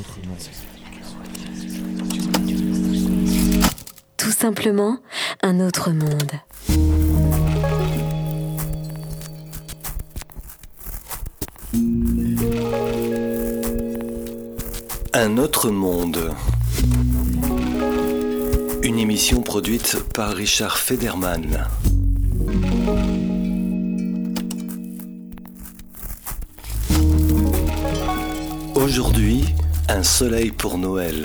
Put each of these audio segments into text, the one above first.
Tout simplement, un autre monde. Un autre monde. Une émission produite par Richard Federman. Aujourd'hui, un soleil pour Noël.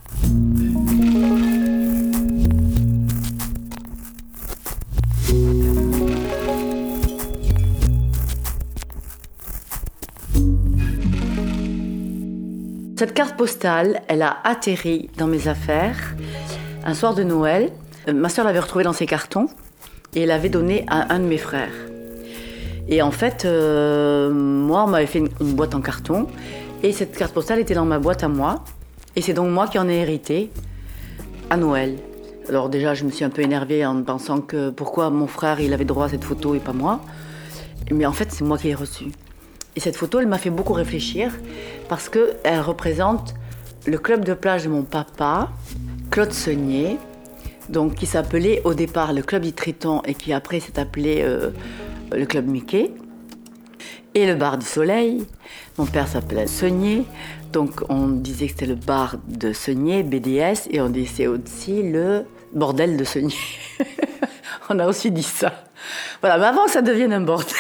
Cette carte postale, elle a atterri dans mes affaires un soir de Noël. Ma sœur l'avait retrouvée dans ses cartons et elle l'avait donnée à un de mes frères. Et en fait, moi, on m'avait fait une boîte en carton et cette carte postale était dans ma boîte à moi. Et c'est donc moi qui en ai hérité à Noël. Alors déjà, je me suis un peu énervée en pensant que pourquoi mon frère, il avait droit à cette photo et pas moi. Mais en fait, c'est moi qui l'ai reçue. Et cette photo, elle m'a fait beaucoup réfléchir parce qu'elle représente le club de plage de mon papa, Claude Saunier, donc, qui s'appelait au départ le club du Triton et qui après s'est appelé le club Mickey. Et le bar du Soleil, mon père s'appelait Saunier, donc on disait que c'était le bar de Saunier, BDS, et on disait aussi le bordel de Saunier. On a aussi dit ça. Voilà, mais avant que ça devienne un bordel,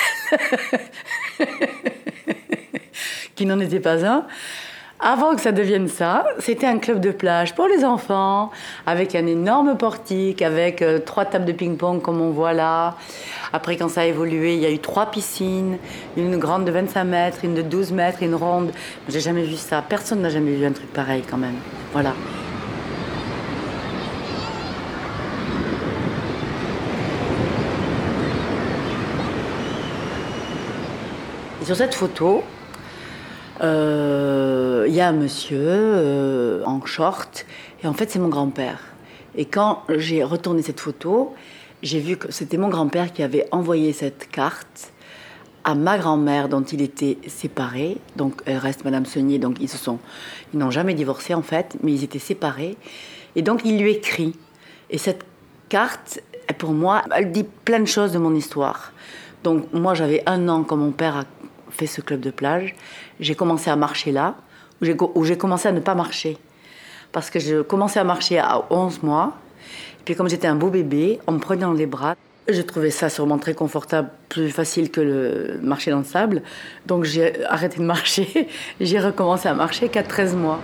qui n'en était pas un, avant que ça devienne ça, c'était un club de plage pour les enfants, avec un énorme portique, avec 3 tables de ping-pong comme on voit là. Après, quand ça a évolué, il y a eu 3 piscines, une grande de 25 mètres, une de 12 mètres, une ronde. J'ai jamais vu ça. Personne n'a jamais vu un truc pareil quand même. Voilà. Et sur cette photo, il y a un monsieur en short, et en fait c'est mon grand-père. Et quand j'ai retourné cette photo, j'ai vu que c'était mon grand-père qui avait envoyé cette carte à ma grand-mère dont il était séparé. Donc elle reste Madame Saunier, donc ils n'ont jamais divorcé en fait, mais ils étaient séparés. Et donc il lui écrit. Et cette carte, pour moi, elle dit plein de choses de mon histoire. Donc moi j'avais 1 an quand mon père a fait ce club de plage. J'ai commencé à marcher là, où j'ai commencé à ne pas marcher. Parce que je commençais à marcher à 11 mois. Et puis comme j'étais un beau bébé, on me prenait dans les bras. Je trouvais ça sûrement très confortable, plus facile que le marcher dans le sable. Donc j'ai arrêté de marcher. J'ai recommencé à marcher qu'à 13 mois.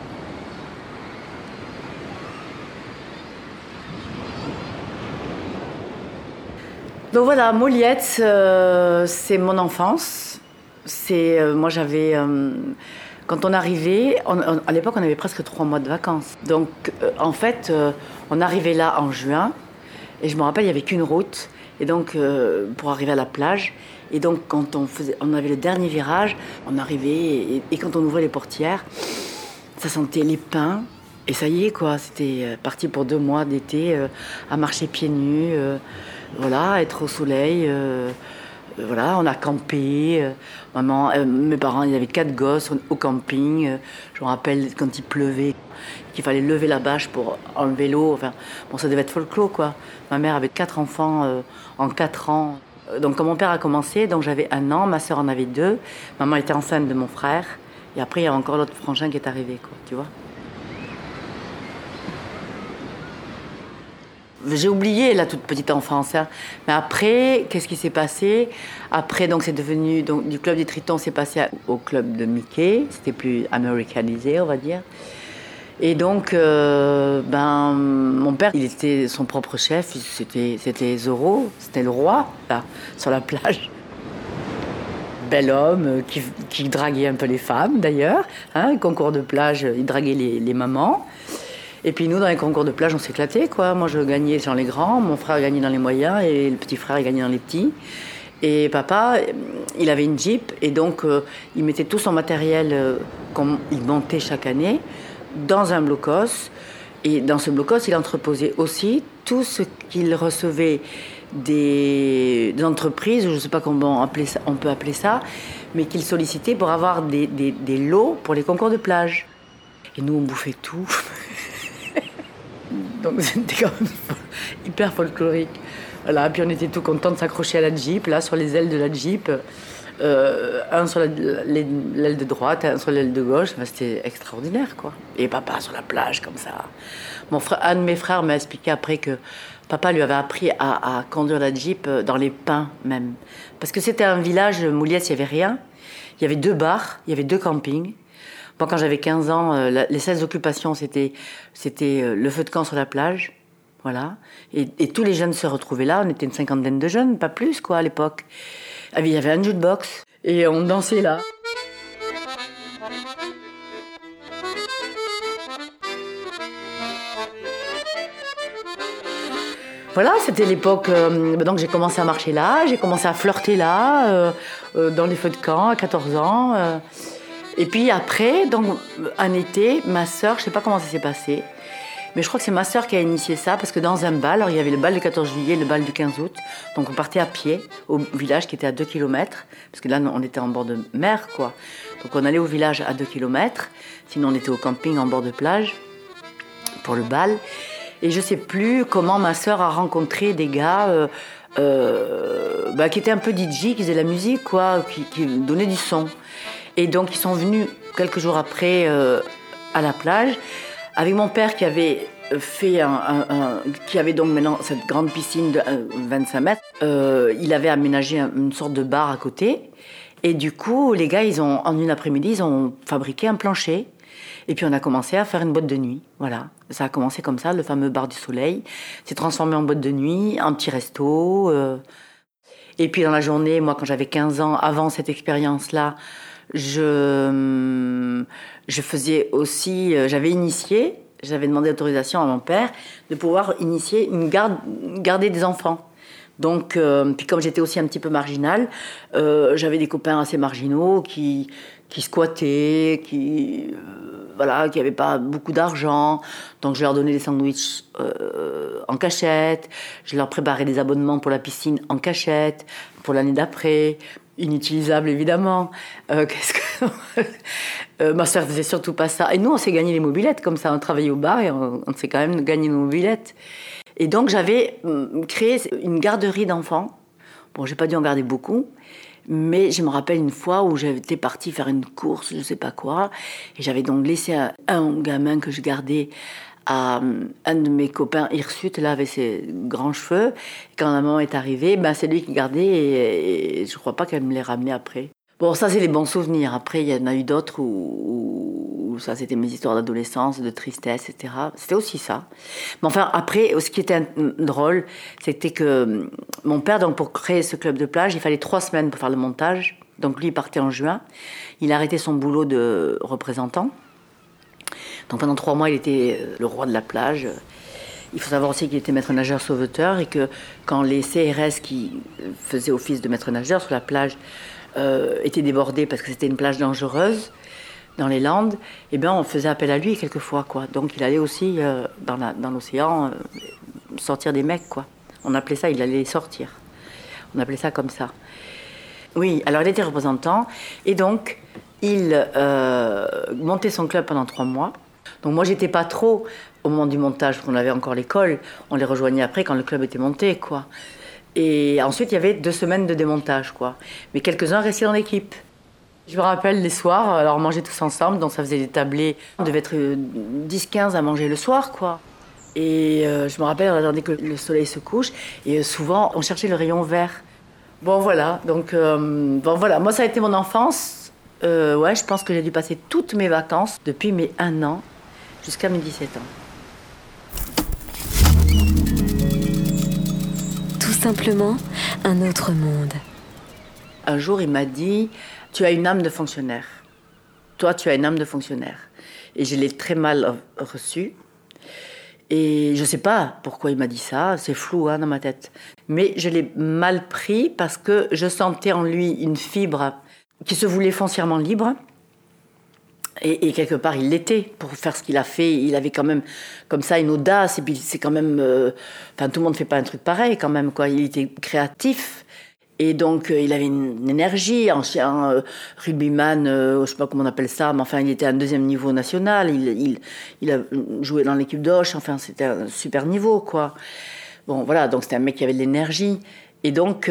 Donc voilà, Moliette, c'est mon enfance. Moi j'avais... quand on arrivait, à l'époque on avait presque 3 mois de vacances. Donc en fait, on arrivait là en juin. Et je me rappelle, il n'y avait qu'une route. Et donc pour arriver à la plage. Et donc quand on avait le dernier virage, on arrivait. Et quand on ouvrait les portières, ça sentait les pins. Et ça y est quoi, c'était parti pour 2 mois d'été à marcher pieds nus. Voilà, être au soleil... Voilà, on a campé. Maman, mes parents, ils avaient 4 gosses au camping. Je me rappelle quand il pleuvait, qu'il fallait lever la bâche pour enlever l'eau. Enfin, bon, ça devait être folklore, quoi. Ma mère avait 4 enfants en 4 ans. Donc, quand mon père a commencé, donc j'avais 1 an, ma sœur en avait 2. Maman était enceinte de mon frère. Et après, il y a encore l'autre frangin qui est arrivé, quoi, tu vois. J'ai oublié la toute petite enfance, hein. Mais après, qu'est-ce qui s'est passé? Après, donc, c'est devenu du club du Triton, c'est passé au club de Mickey. C'était plus américanisé, on va dire. Et donc, mon père, il était son propre chef. C'était Zorro, c'était le roi, là, sur la plage. Bel homme qui draguait un peu les femmes, d'ailleurs. Hein, concours de plage, il draguait les mamans. Et puis nous, dans les concours de plage, on s'éclatait, quoi. Moi, je gagnais dans les grands, mon frère gagnait dans les moyens et le petit frère, il gagnait dans les petits. Et papa, il avait une Jeep et donc il mettait tout son matériel qu'il montait chaque année dans un blocos. Et dans ce blocos, il entreposait aussi tout ce qu'il recevait des entreprises, je ne sais pas comment on peut appeler ça, mais qu'il sollicitait pour avoir des lots pour les concours de plage. Et nous, on bouffait tout. Donc c'était quand même hyper folklorique. Voilà, puis on était tout contents de s'accrocher à la Jeep, là, sur les ailes de la Jeep. Un sur l'aile de droite, un sur l'aile de gauche. Enfin, c'était extraordinaire, quoi. Et papa sur la plage, comme ça. Un de mes frères m'a expliqué après que papa lui avait appris à conduire la Jeep dans les pins, même. Parce que c'était un village, Mouliès, il n'y avait rien. Il y avait 2 bars, il y avait 2 campings. Bon, quand j'avais 15 ans, les 16 occupations, c'était le feu de camp sur la plage. Voilà. Et tous les jeunes se retrouvaient là. On était une 50aine de jeunes, pas plus, quoi, à l'époque. Il y avait un jukebox et on dansait là. Voilà, c'était l'époque. Donc j'ai commencé à marcher là, j'ai commencé à flirter là, dans les feux de camp à 14 ans. Et puis après, donc un été, ma sœur, je ne sais pas comment ça s'est passé, mais je crois que c'est ma sœur qui a initié ça, parce que dans un bal, alors il y avait le bal du 14 juillet, le bal du 15 août, donc on partait à pied au village qui était à 2 km, parce que là on était en bord de mer, quoi. Donc on allait au village à 2 km, sinon on était au camping en bord de plage pour le bal. Et je ne sais plus comment ma sœur a rencontré des gars qui étaient un peu DJ, qui faisaient de la musique, quoi, qui donnaient du son. Et donc ils sont venus quelques jours après à la plage avec mon père qui avait fait qui avait donc maintenant cette grande piscine de 25 mètres. Il avait aménagé une sorte de bar à côté. Et du coup, les gars, en une après-midi, ils ont fabriqué un plancher. Et puis on a commencé à faire une boîte de nuit. Voilà, ça a commencé comme ça, le fameux bar du Soleil. C'est transformé en boîte de nuit, un petit resto. Et puis dans la journée, moi quand j'avais 15 ans, avant cette expérience-là, je faisais aussi, j'avais demandé autorisation à mon père de pouvoir initier garder des enfants. Donc, puis comme j'étais aussi un petit peu marginale, j'avais des copains assez marginaux qui squattaient, qui n'avaient pas beaucoup d'argent. Donc je leur donnais des sandwichs en cachette, je leur préparais des abonnements pour la piscine en cachette, pour l'année d'après. Inutilisable évidemment. Ma soeur faisait surtout pas ça. Et nous, on s'est gagné les mobylettes comme ça. On travaillait au bar et on s'est quand même gagné nos mobylettes. Et donc j'avais créé une garderie d'enfants. Bon, j'ai pas dû en garder beaucoup, mais je me rappelle une fois où j'étais partie faire une course, je sais pas quoi, et j'avais donc laissé un gamin que je gardais à un de mes copains hirsutes, là, avec ses grands cheveux. Et quand la maman est arrivée, c'est lui qui gardait et je crois pas qu'elle me l'ait ramené après. Bon, ça, c'est les bons souvenirs. Après, il y en a eu d'autres où ça, c'était mes histoires d'adolescence, de tristesse, etc. C'était aussi ça. Mais enfin, après, ce qui était drôle, c'était que mon père, donc, pour créer ce club de plage, il fallait 3 semaines pour faire le montage. Donc, lui, il partait en juin. Il a arrêté son boulot de représentant. Donc pendant 3 mois, il était le roi de la plage. Il faut savoir aussi qu'il était maître nageur sauveteur et que quand les CRS qui faisaient office de maître nageur sur la plage étaient débordés parce que c'était une plage dangereuse dans les Landes, on faisait appel à lui quelquefois, quoi. Donc il allait aussi dans l'océan sortir des mecs, quoi. On appelait ça, il allait sortir. On appelait ça comme ça. Oui, alors il était représentant et donc il montait son club pendant 3 mois. Donc moi, j'étais pas trop au moment du montage, parce qu'on avait encore l'école. On les rejoignait après quand le club était monté, quoi. Et ensuite, il y avait 2 semaines de démontage, quoi. Mais quelques-uns restaient dans l'équipe. Je me rappelle les soirs, alors on mangeait tous ensemble, donc ça faisait des tablés. On devait être 10-15 à manger le soir, quoi. Et je me rappelle, on attendait que le soleil se couche. Et souvent, on cherchait le rayon vert. Bon, voilà. Donc, voilà. Moi, ça a été mon enfance. Je pense que j'ai dû passer toutes mes vacances depuis mes 1 an jusqu'à mes 17 ans. Tout simplement, un autre monde. Un jour, il m'a dit « Tu as une âme de fonctionnaire. Toi, tu as une âme de fonctionnaire. » Et je l'ai très mal reçu. Et je ne sais pas pourquoi il m'a dit ça, c'est flou dans ma tête. Mais je l'ai mal pris parce que je sentais en lui une fibre qui se voulait foncièrement libre. Et quelque part, il l'était pour faire ce qu'il a fait. Il avait quand même comme ça une audace. Et puis c'est quand même... tout le monde ne fait pas un truc pareil quand même, quoi. Il était créatif. Et donc, il avait une énergie, ancien rugbyman, je ne sais pas comment on appelle ça, mais enfin, il était à un 2e niveau national. Il a joué dans l'équipe d'Auch, enfin, c'était un super niveau, quoi. Bon, voilà, donc c'était un mec qui avait de l'énergie. Et donc, et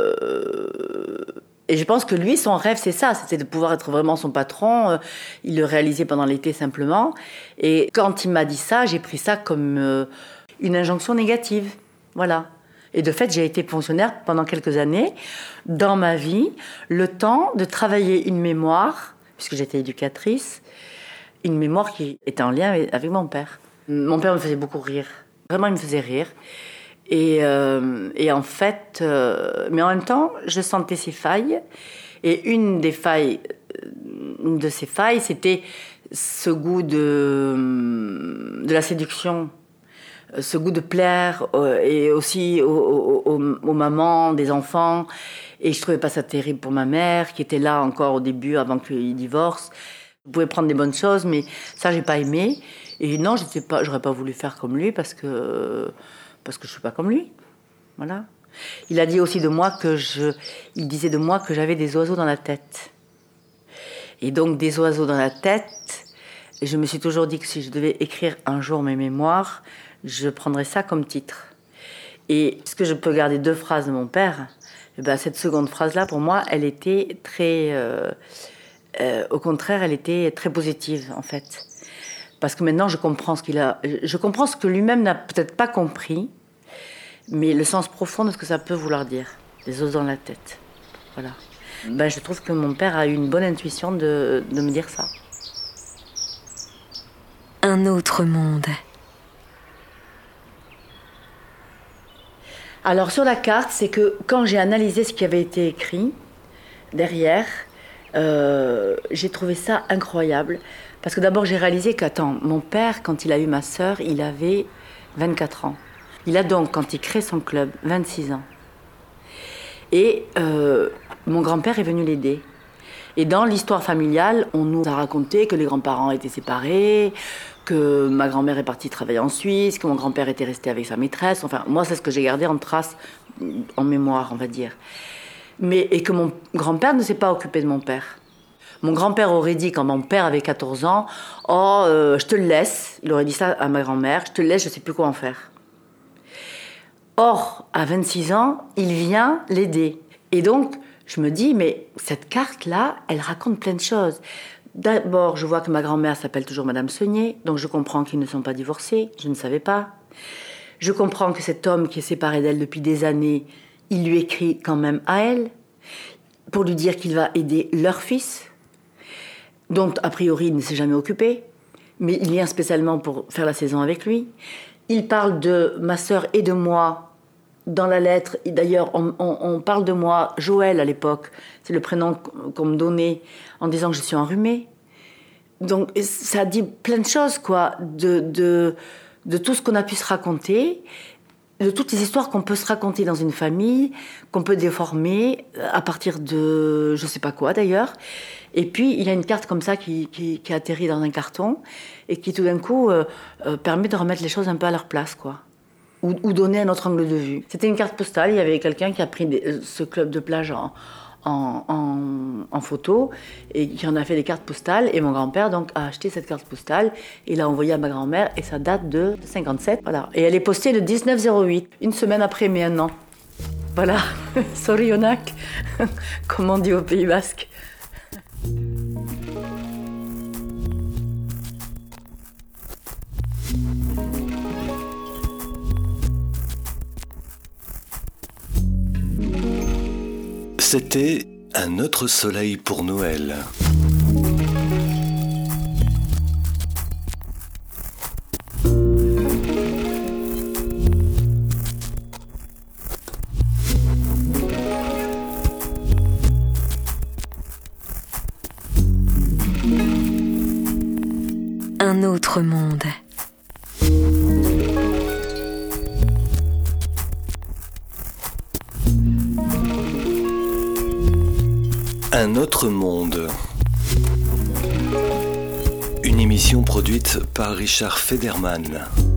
je pense que lui, son rêve, c'est ça, c'était de pouvoir être vraiment son patron. Il le réalisait pendant l'été, simplement. Et quand il m'a dit ça, j'ai pris ça comme une injonction négative. Voilà. Et de fait, j'ai été fonctionnaire pendant quelques années dans ma vie, le temps de travailler une mémoire, puisque j'étais éducatrice, une mémoire qui était en lien avec mon père. Mon père me faisait beaucoup rire. Vraiment, il me faisait rire. Et en fait, mais en même temps, je sentais ses failles. Et une de ces failles, c'était ce goût de la séduction. Ce goût de plaire et aussi aux mamans des enfants. Et je trouvais pas ça terrible pour ma mère, qui était là encore au début, avant qu'il divorce. Je pouvais prendre des bonnes choses, mais ça, j'ai pas aimé. Et non, j'aurais pas voulu faire comme lui parce que je suis pas comme lui. Voilà. Il a dit aussi de moi il disait de moi que j'avais des oiseaux dans la tête. Et donc, des oiseaux dans la tête, je me suis toujours dit que si je devais écrire un jour mes mémoires, je prendrais ça comme titre. Et est-ce que je peux garder 2 phrases de mon père ? Et ben, cette seconde phrase-là, pour moi, elle était très... au contraire, elle était très positive, en fait. Parce que maintenant, je comprends ce que lui-même n'a peut-être pas compris, mais le sens profond de ce que ça peut vouloir dire. Les os dans la tête. Voilà. Ben, je trouve que mon père a eu une bonne intuition de me dire ça. Un autre monde. Alors sur la carte, c'est que quand j'ai analysé ce qui avait été écrit derrière, j'ai trouvé ça incroyable. Parce que d'abord j'ai réalisé mon père, quand il a eu ma sœur, il avait 24 ans. Il a donc, quand il crée son club, 26 ans. Et mon grand-père est venu l'aider. Et dans l'histoire familiale, on nous a raconté que les grands-parents étaient séparés, que ma grand-mère est partie travailler en Suisse, que mon grand-père était resté avec sa maîtresse. Enfin, moi, c'est ce que j'ai gardé en trace, en mémoire, on va dire. Et que mon grand-père ne s'est pas occupé de mon père. Mon grand-père aurait dit, quand mon père avait 14 ans, « Oh, je te le laisse ». Il aurait dit ça à ma grand-mère, « Je te le laisse, je ne sais plus quoi en faire ». Or, à 26 ans, il vient l'aider. Et donc, je me dis, mais cette carte-là, elle raconte plein de choses. D'abord, je vois que ma grand-mère s'appelle toujours Madame Seigné, donc je comprends qu'ils ne sont pas divorcés, je ne savais pas. Je comprends que cet homme qui est séparé d'elle depuis des années, il lui écrit quand même à elle, pour lui dire qu'il va aider leur fils, dont a priori il ne s'est jamais occupé, mais il vient spécialement pour faire la saison avec lui. Il parle de ma sœur et de moi dans la lettre. Et d'ailleurs, on parle de moi, Joël à l'époque, c'est le prénom qu'on me donnait, en disant que je suis enrhumée. Donc ça dit plein de choses, quoi, de tout ce qu'on a pu se raconter, de toutes les histoires qu'on peut se raconter dans une famille, qu'on peut déformer à partir de je sais pas quoi d'ailleurs. Et puis il y a une carte comme ça qui atterrit dans un carton et qui tout d'un coup permet de remettre les choses un peu à leur place, quoi. Ou donner un autre angle de vue. C'était une carte postale, il y avait quelqu'un qui a pris ce club de plage en photo et qui en a fait des cartes postales, et mon grand-père donc a acheté cette carte postale et l'a envoyée à ma grand-mère, et ça date de 57, voilà. Et elle est postée le 19/08, une semaine après mes 1 an. Voilà, Sorionak, comme on dit au Pays Basque. C'était Un autre soleil pour Noël. Un autre monde. Un autre monde. Une émission produite par Richard Federman.